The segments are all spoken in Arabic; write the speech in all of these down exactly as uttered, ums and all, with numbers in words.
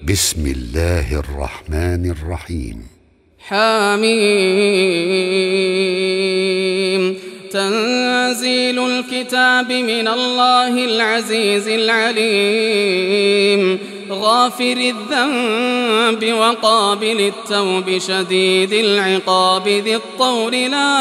بسم الله الرحمن الرحيم. حميم. تنزيل الكتاب من الله العزيز العليم، غافر الذنب وقابل التوب شديد العقاب ذي الطول لا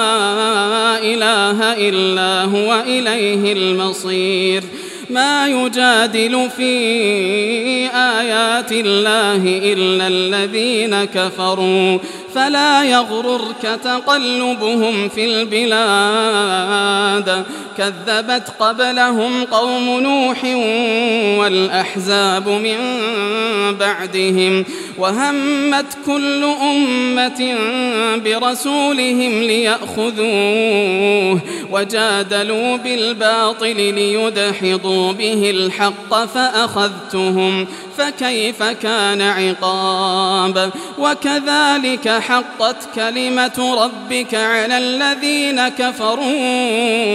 إله إلا هو إليه المصير. ما يجادل في آيات الله إلا الذين كفروا، فلا يغررك تقلبهم في البلاد. كذبت قبلهم قوم نوح والأحزاب من بعدهم، وهمت كل أمة برسولهم ليأخذوه، وجادلوا بالباطل ليدحضوا به الحق فأخذتهم، فكيف كان عقاب. وكذلك حقت كلمة ربك على الذين كفروا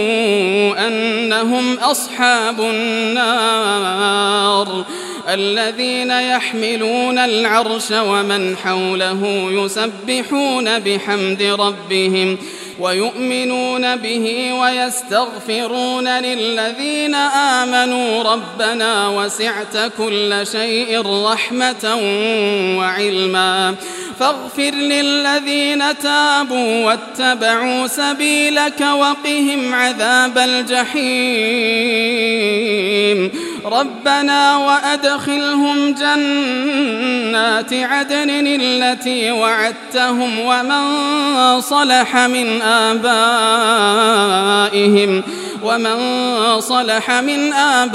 أنهم أصحاب النار. الذين يحملون العرش ومن حوله يسبحون بحمد ربهم ويؤمنون به ويستغفرون للذين آمنوا ربنا وسعت كل شيء رحمة وعلما فاغفر للذين تابوا واتبعوا سبيلك وقهم عذاب الجحيم. ربنا وأدخلهم جنات عدن التي وعدتهم ومن صلح من آبائهم ومن صلح من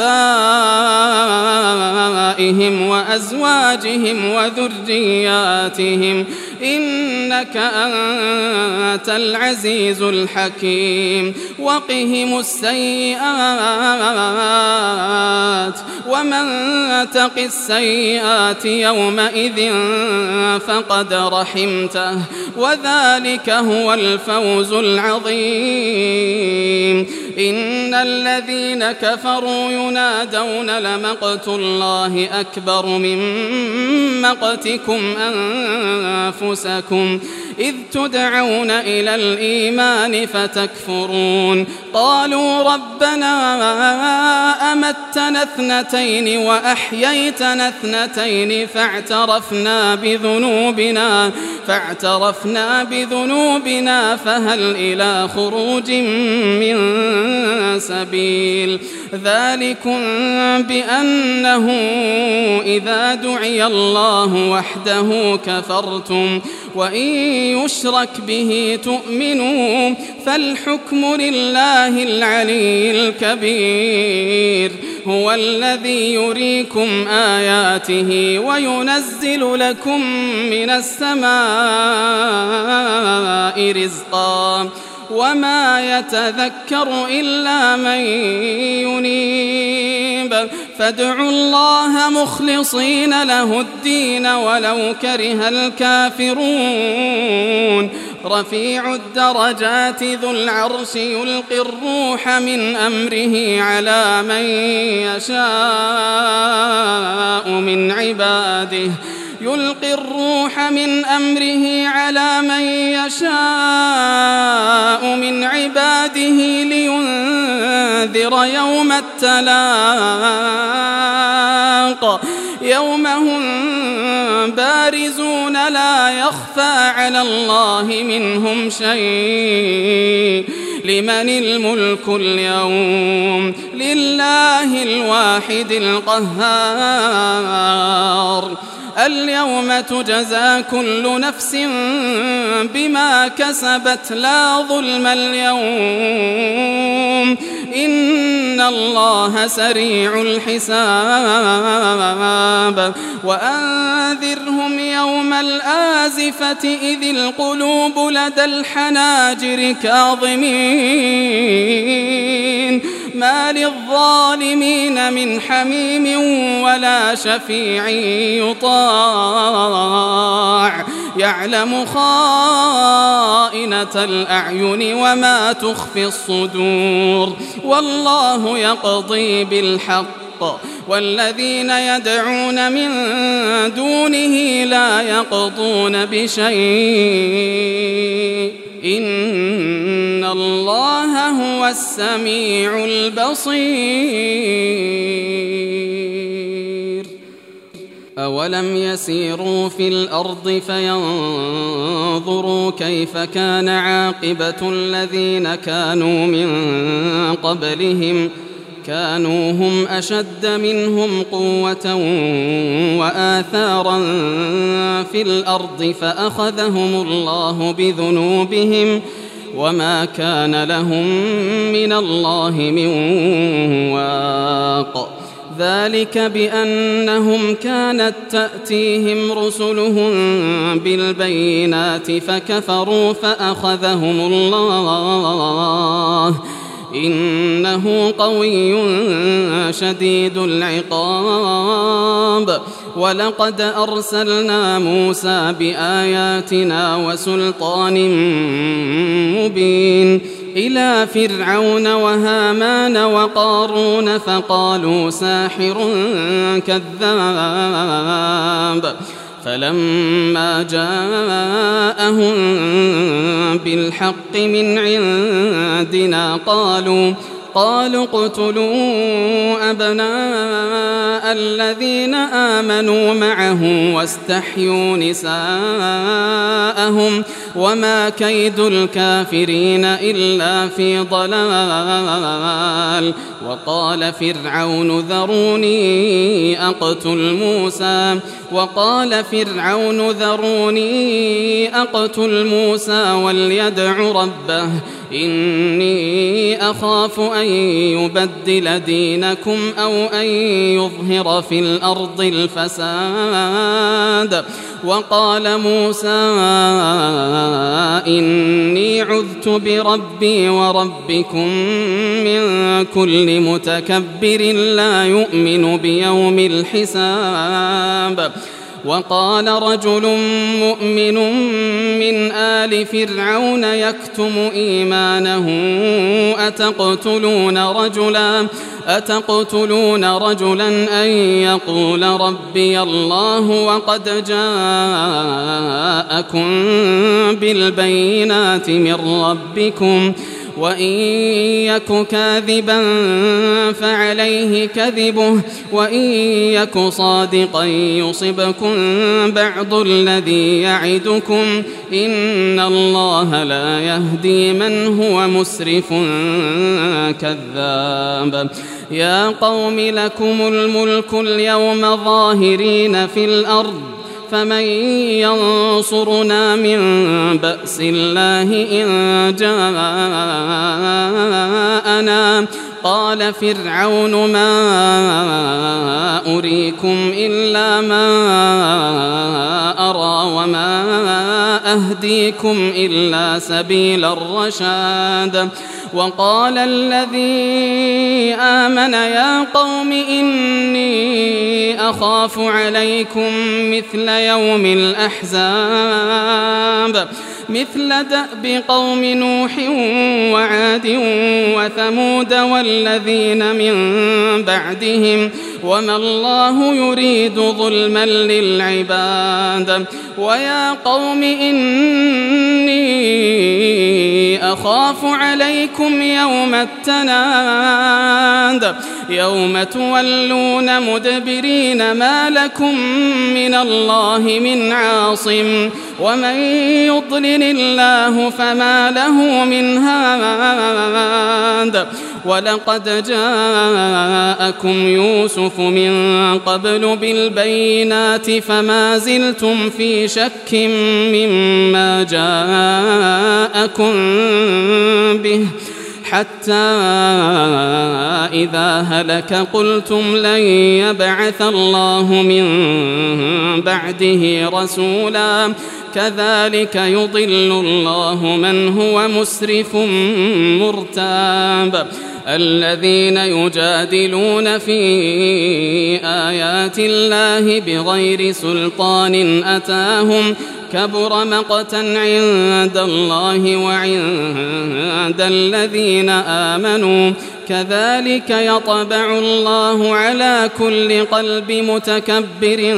آبائهم وأزواجهم وذرياتهم إنك أنت العزيز الحكيم. وقهم السيئات ومن تق السيئات يومئذ فقد رحمته وذلك هو الفوز العظيم. إن الذين كفروا ينادون لمقت الله أكبر من مقتكم أنفسكم إذ تدعون إلى الإيمان فتكفرون. قالوا ربنا أمتنا اثنتين وأحييتنا اثنتين فاعترفنا بذنوبنا فاعترفنا بذنوبنا فهل إلى خروج من سبيل. ذلكم بأنه إذا دعي الله وحده كفرتم وإن يشرك به تؤمنوا فالحكم لله العلي الكبير. هو الذي يريكم آياته وينزل لكم من السماء رزقا وما يتذكر إلا من ينيب. فادعوا الله مخلصين له الدين ولو كره الكافرون. رفيع الدرجات ذو العرش يلقي الروح من أمره على من يشاء من عباده يلقي الروح من أمره على من يشاء من عباده لينذر يوم التلاق يوم هم بارزون لا يخفى على الله منهم شيء. لمن الملك اليوم؟ لله الواحد القهار. اليوم تجزى كل نفس بما كسبت لا ظلم اليوم إن الله سريع الحساب. وأنذرهم يوم الآزفة إذ القلوب لدى الحناجر كاظمين ما للظالمين من حميم ولا شفيع يطاع يعلم خائنة الأعين وما تخفي الصدور والله يقضي بالحق بالحق والذين يدعون من دونه لا يقضون بشيء إن الله هو السميع البصير. أولم يسيروا في الأرض فينظروا كيف كان عاقبة الذين كانوا من قبلهم كانوا هم أشد منهم قوة وآثارا في الأرض فأخذهم الله بذنوبهم وما كان لهم من الله من واق ذلك بأنهم كانت تأتيهم رسلهم بالبينات فكفروا فأخذهم الله إنه قوي شديد العقاب. ولقد أرسلنا موسى بآياتنا وسلطان مبين إلى فرعون وهامان وقارون فقالوا ساحر كذاب فلما جاءهم بالحق من عندنا قالوا قالوا اقتلوا أبناء الذين آمنوا معه واستحيوا نساءهم وما كيد الكافرين إلا في ضلال. وقال فرعون ذروني أقتل موسى وقال فرعون ذروني أقتل موسى وليدع ربه إني أخاف أن يبدل دينكم أو أن يظهر في الأرض الفساد. وقال موسى إني عذت بربي وربكم من كل متكبر لا يؤمن بيوم الحساب. وقال رجل مؤمن من آل فرعون يكتم إيمانه أتقتلون رجلا أتقتلون رجلا أن يقول ربي الله وقد جاءكم بالبينات من ربكم وإن يك كاذبا فعليه كذبه وإن يك صادقا يصبكم بعض الذي يعدكم إن الله لا يهدي من هو مسرف كذاب. يا قوم لكم الملك اليوم ظاهرين في الأرض فمن ينصرنا من بأس الله إن جاءنا. قال فرعون ما أريكم إلا ما أرى وما أهديكم إلا سبيل الرشاد. وقال الذي آمن يا قوم إني أخاف عليكم مثل يوم الأحزاب مثل دأب قوم نوح وعاد وثمود والذين من بعدهم وما الله يريد ظلما للعباد. ويا قوم إني أخاف عليكم يوم التناد يوم تولون مدبرين ما لكم من الله من عاصم ومن يضلل الله فما له من هاد. ولقد جاءكم يوسف من قبل بالبينات فما زلتم في شك مما جاءكم به حتى إذا هلك قلتم لن يبعث الله من بعده رسولا كذلك يضل الله من هو مسرف مرتاب. الذين يجادلون في آيات الله بغير سلطان أتاهم كبر مقتا عند الله وعند الذين آمنوا كذلك يطبع الله على كل قلب متكبر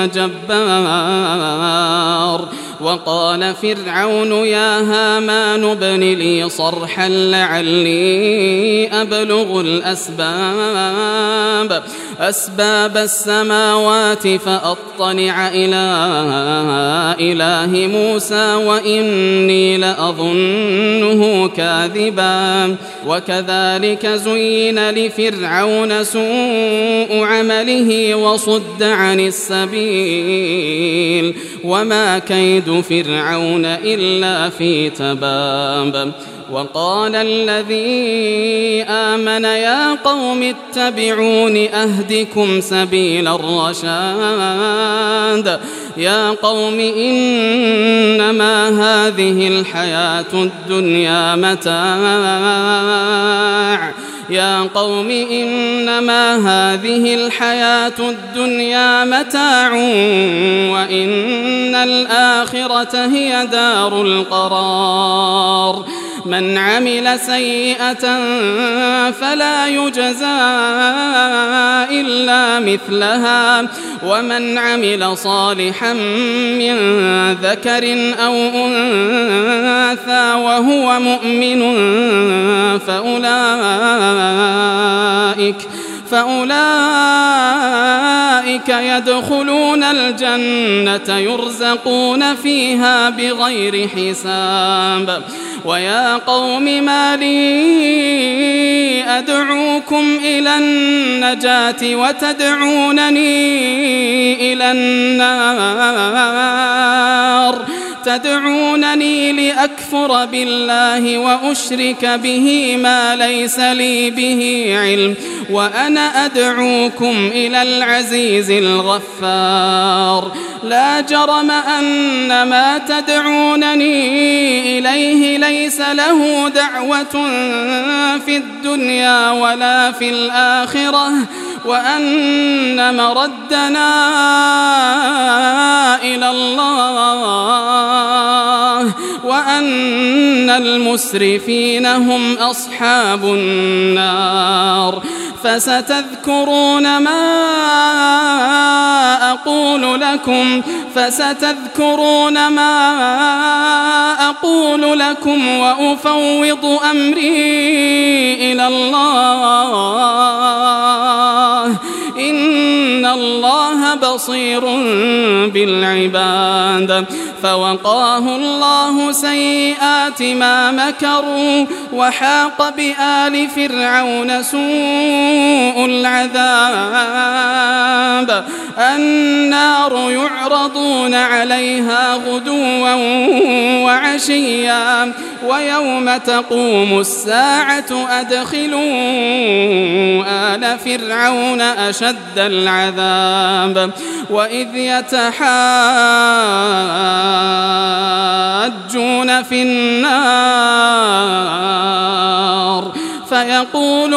جبار. وقال فرعون يا هامان ابن لي صرحا لعلي أبلغ الأسباب أسباب السماوات فأطلع إلى إله موسى وإني لأظنه كاذبا. وكذلك زين لفرعون سوء عمله وصد عن السبيل وما كيد فرعون إلا في تباب. وقال الذي آمن يا قوم اتبعون أهدكم سبيل الرشاد. يا قوم إنما هذه الحياة الدنيا متاع يا قوم إنما هذه الحياة الدنيا متاع وإن الآخرة هي دار القرار. من عمل سيئة فلا يجزى إلا مثلها ومن عمل صالحا من ذكر أو أنثى وهو مؤمن فأولئك فأولئك يدخلون الجنة يرزقون فيها بغير حساب. ويا قوم ما لي أدعوكم إلى النجاة وتدعونني إلى النار تدعونني لأكفر بالله وأشرك به ما ليس لي به علم وأنا أدعوكم إلى العزيز الغفار. لا جرم أن ما تدعونني إليه ليس له دعوة في الدنيا ولا في الآخرة وأن مردنا إلى الله وأن المسرفين هم أصحاب النار. فستذكرون ما أقول لكم فستذكرون ما أقول لكم وأفوض أمري إلى الله إن الله بصير بالعباد. فوقاه الله سيئات ما مكروا وحاق بآل فرعون سوء العذاب. النار يعرضون عليها غدوا وعشيا ويوم تقوم الساعة أدخلوا آل فرعون أشد العذاب. وإذ يتحاجون في النار فيقول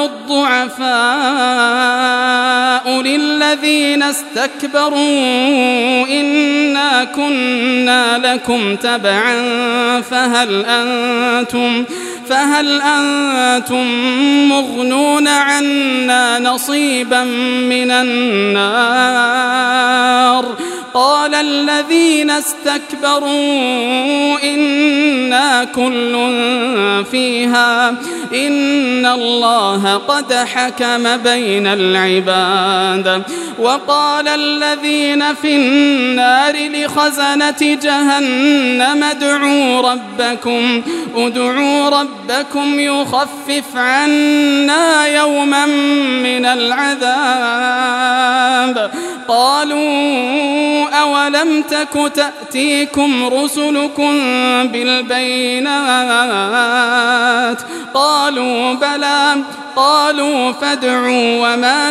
الضعفاء للذين استكبروا إنا كنا لكم تبعا فهل أنتم فهل أنتم مغنون عنا نصيبا من النار. قال الذين استكبروا إنا كل فيها إن الله قد حكم بين العباد. وقال الذين في النار لخزنة جهنم ادعوا ربكم ادعوا ربكم يخفف عنا يوما من العذاب. قالوا أولم تك تأتيكم رسلكم بالبينات قالوا بلى قالوا فادعوا وما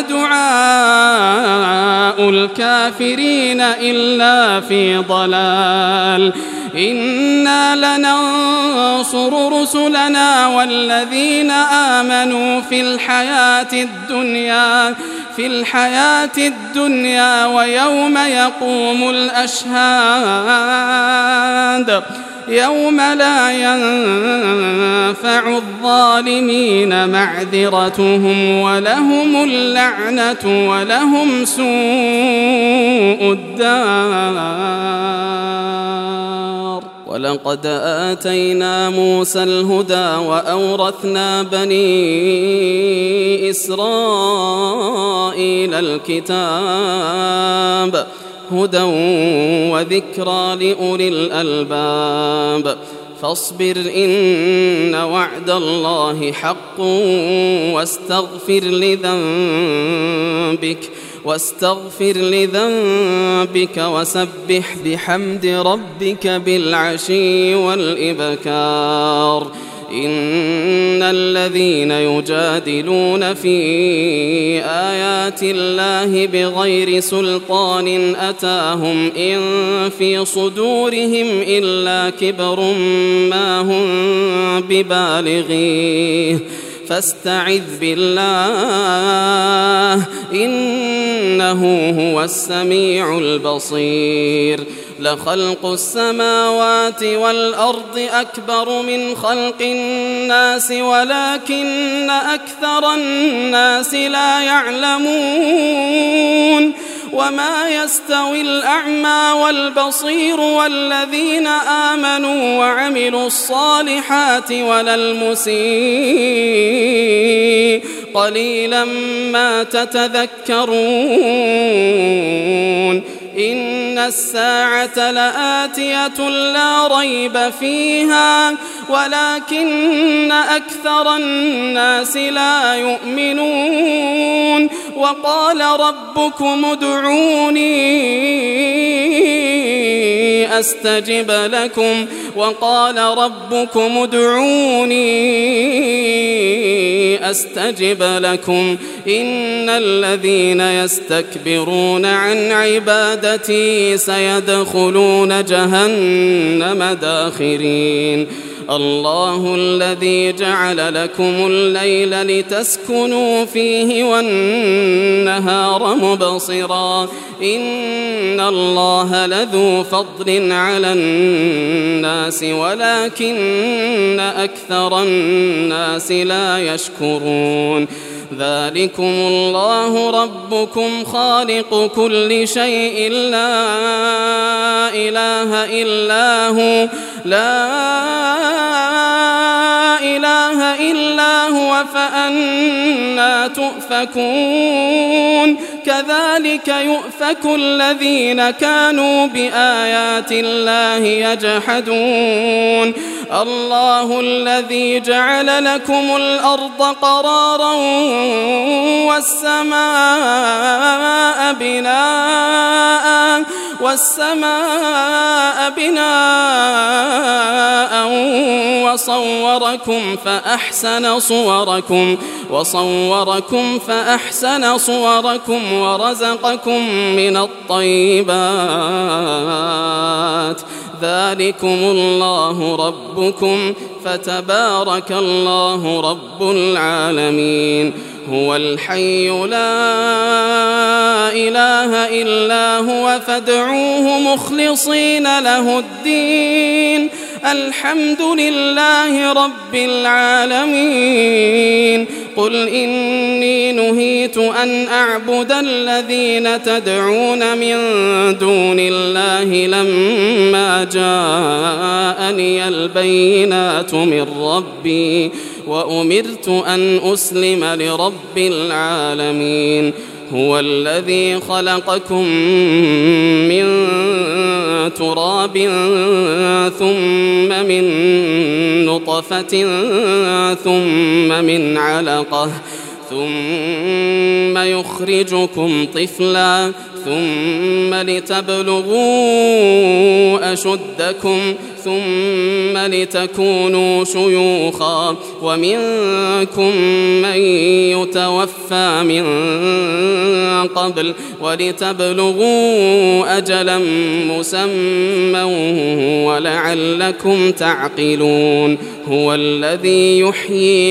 دعاء الكافرين إلا في ضلال. إنا لننصر رسلنا والذين آمنوا في الحياة الدنيا في الحياة الدنيا ويوم يقوم الأشهاد يوم لا ينفع الظالمين معذرتهم ولهم اللعنة ولهم سوء الدار. ولقد آتينا موسى الهدى وأورثنا بني إسرائيل الكتاب هدى وذكرى لأولي الألباب. فاصبر إن وعد الله حق واستغفر لذنبك واستغفر لذنبك وسبح بحمد ربك بالعشي والإبكار. إن الذين يجادلون في آيات الله بغير سلطان أتاهم إن في صدورهم إلا كبر ما هم ببالغيه فاستعذ بالله إنه هو السميع البصير. لخلق السماوات والأرض أكبر من خلق الناس ولكن أكثر الناس لا يعلمون. وما يستوي الأعمى والبصير والذين آمنوا وعملوا الصالحات ولا المسيء قليلا ما تتذكرون. إن الساعة لآتية لا ريب فيها ولكن أكثر الناس لا يؤمنون. وقال ربكم ادعوني أستجب لكم وقال ربكم ادعوني أستجب لكم إن الذين يستكبرون عن عبادتي سيدخلون جهنم داخرين. الله الذي جعل لكم الليل لتسكنوا فيه والنهار مبصرا إن الله لذو فضل على الناس ولكن أكثر الناس لا يشكرون. ذلكم الله ربكم خالق كل شيء لا إله إلا هو لا إله إلا هو فأنى تؤفكون. كذلك يؤفك الذين كانوا بآيات الله يجحدون. الله الذي جعل لكم الأرض قرارا والسماء بناء والسماء بناء وصوركم فأحسن صوركم وصوركم فأحسن صوركم ورزقكم من الطيبات. ذلكم الله ربكم فتبارك الله رب العالمين. هو الحي لا إله إلا هو فادعوه مخلصين له الدين الحمد لله رب العالمين. قل إني نهيت أن أعبد الذين تدعون من دون الله لما جاءني البينات من ربي وأمرت أن أسلم لرب العالمين. هو الذي خلقكم من تراب ثم من نطفة ثم من علقة ثم يخرجكم طفلا ثم لتبلغوا أشدكم ثم لتكونوا شيوخا ومنكم من يتوفى من قبل ولتبلغوا أجلا مسمى ولعلكم تعقلون هو الذي يحيي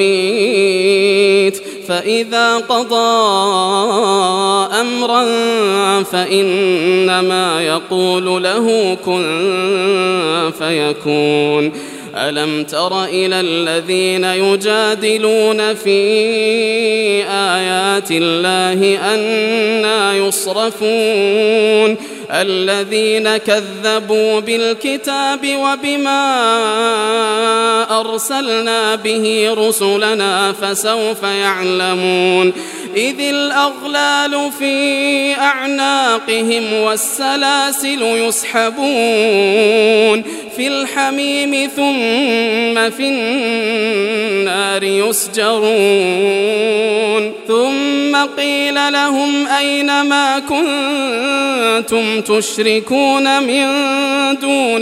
ويميت فإذا قضى أمرا فإنما يقول له كن فيكون ألم تر إلى الذين يجادلون في آيات الله أنى يصرفون الذين كذبوا بالكتاب وبما أرسلنا به رسلنا فسوف يعلمون إذ الأغلال في أعناقهم والسلاسل يسحبون في الحميم ثم في النار يسجرون ثم قيل لهم أين ما كنتم تشركون من دون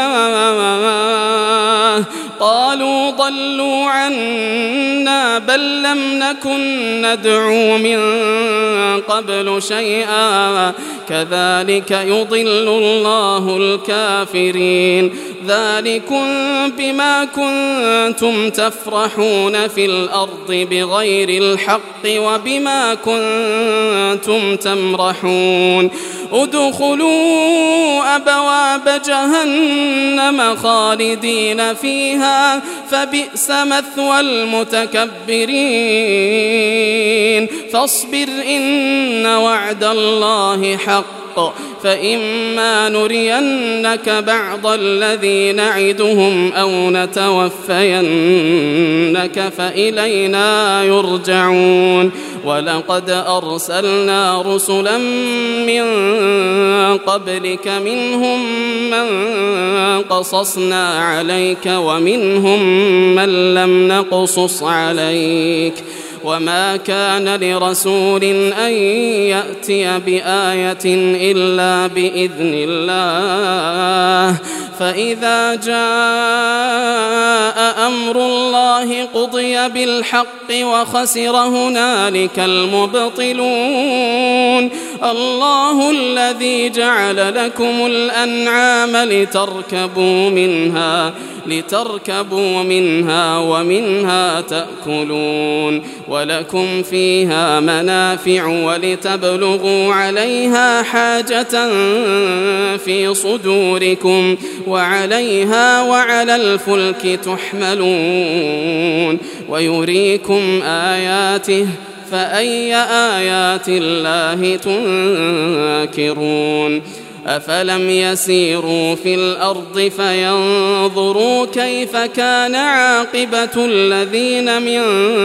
الله قالوا ضلوا عنا بل لم نكن ندعو من قبل شيئا كذلك يضل الله الكافرين ذلكم بما كنتم تفرحون في الأرض بغير الحق وبما كنتم تمرحون ادخلوا أبواب جهنم خالدين فيها فبئس مثوى المتكبرين فاصبر إن وعد الله حق فإما نرينك بعض الذي نعدهم أو نتوفينك فإلينا يرجعون ولقد أرسلنا رسلا من قبلك منهم من قصصنا عليك ومنهم من لم نقصص عليك وما كان لرسول أن يأتي بآية إلا بإذن الله فإذا جاء أمر الله قضي بالحق وخسر هنالك المبطلون الله الذي جعل لكم الأنعام لتركبوا منها لتركبوا منها ومنها تأكلون ولكم فيها منافع ولتبلغوا عليها حاجة في صدوركم وعليها وعلى الفلك تحملون ويريكم آياته فأي آيات الله تنكرون أفلم يسيروا في الأرض فينظروا كيف كان عاقبة الذين من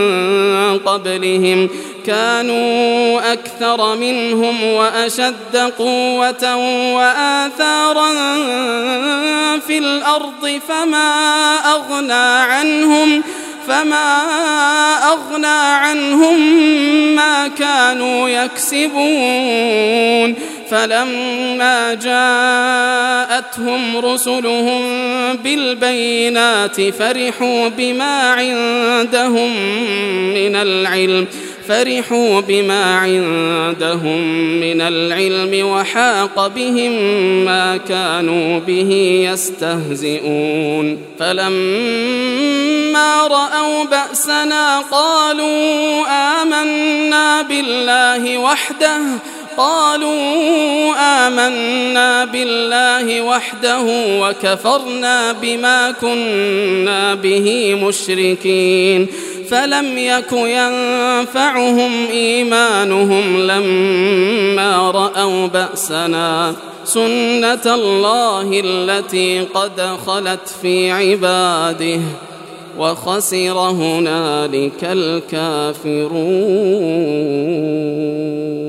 قبلهم كانوا أكثر منهم وأشد قوة وآثارا في الأرض فما أغنى عنهم فما أغنى عنهم ما كانوا يكسبون فلما جاءتهم رسلهم بالبينات فرحوا بما عندهم من العلم فرحوا بما عندهم من العلم وحاق بهم ما كانوا به يستهزئون فلما رأوا بأسنا قالوا آمنا بالله وحده قالوا آمنا بالله وحده وكفرنا بما كنا به مشركين فلم يك ينفعهم إيمانهم لما رأوا بأسنا سنة الله التي قد خلت في عباده وخسر هنالك الكافرون.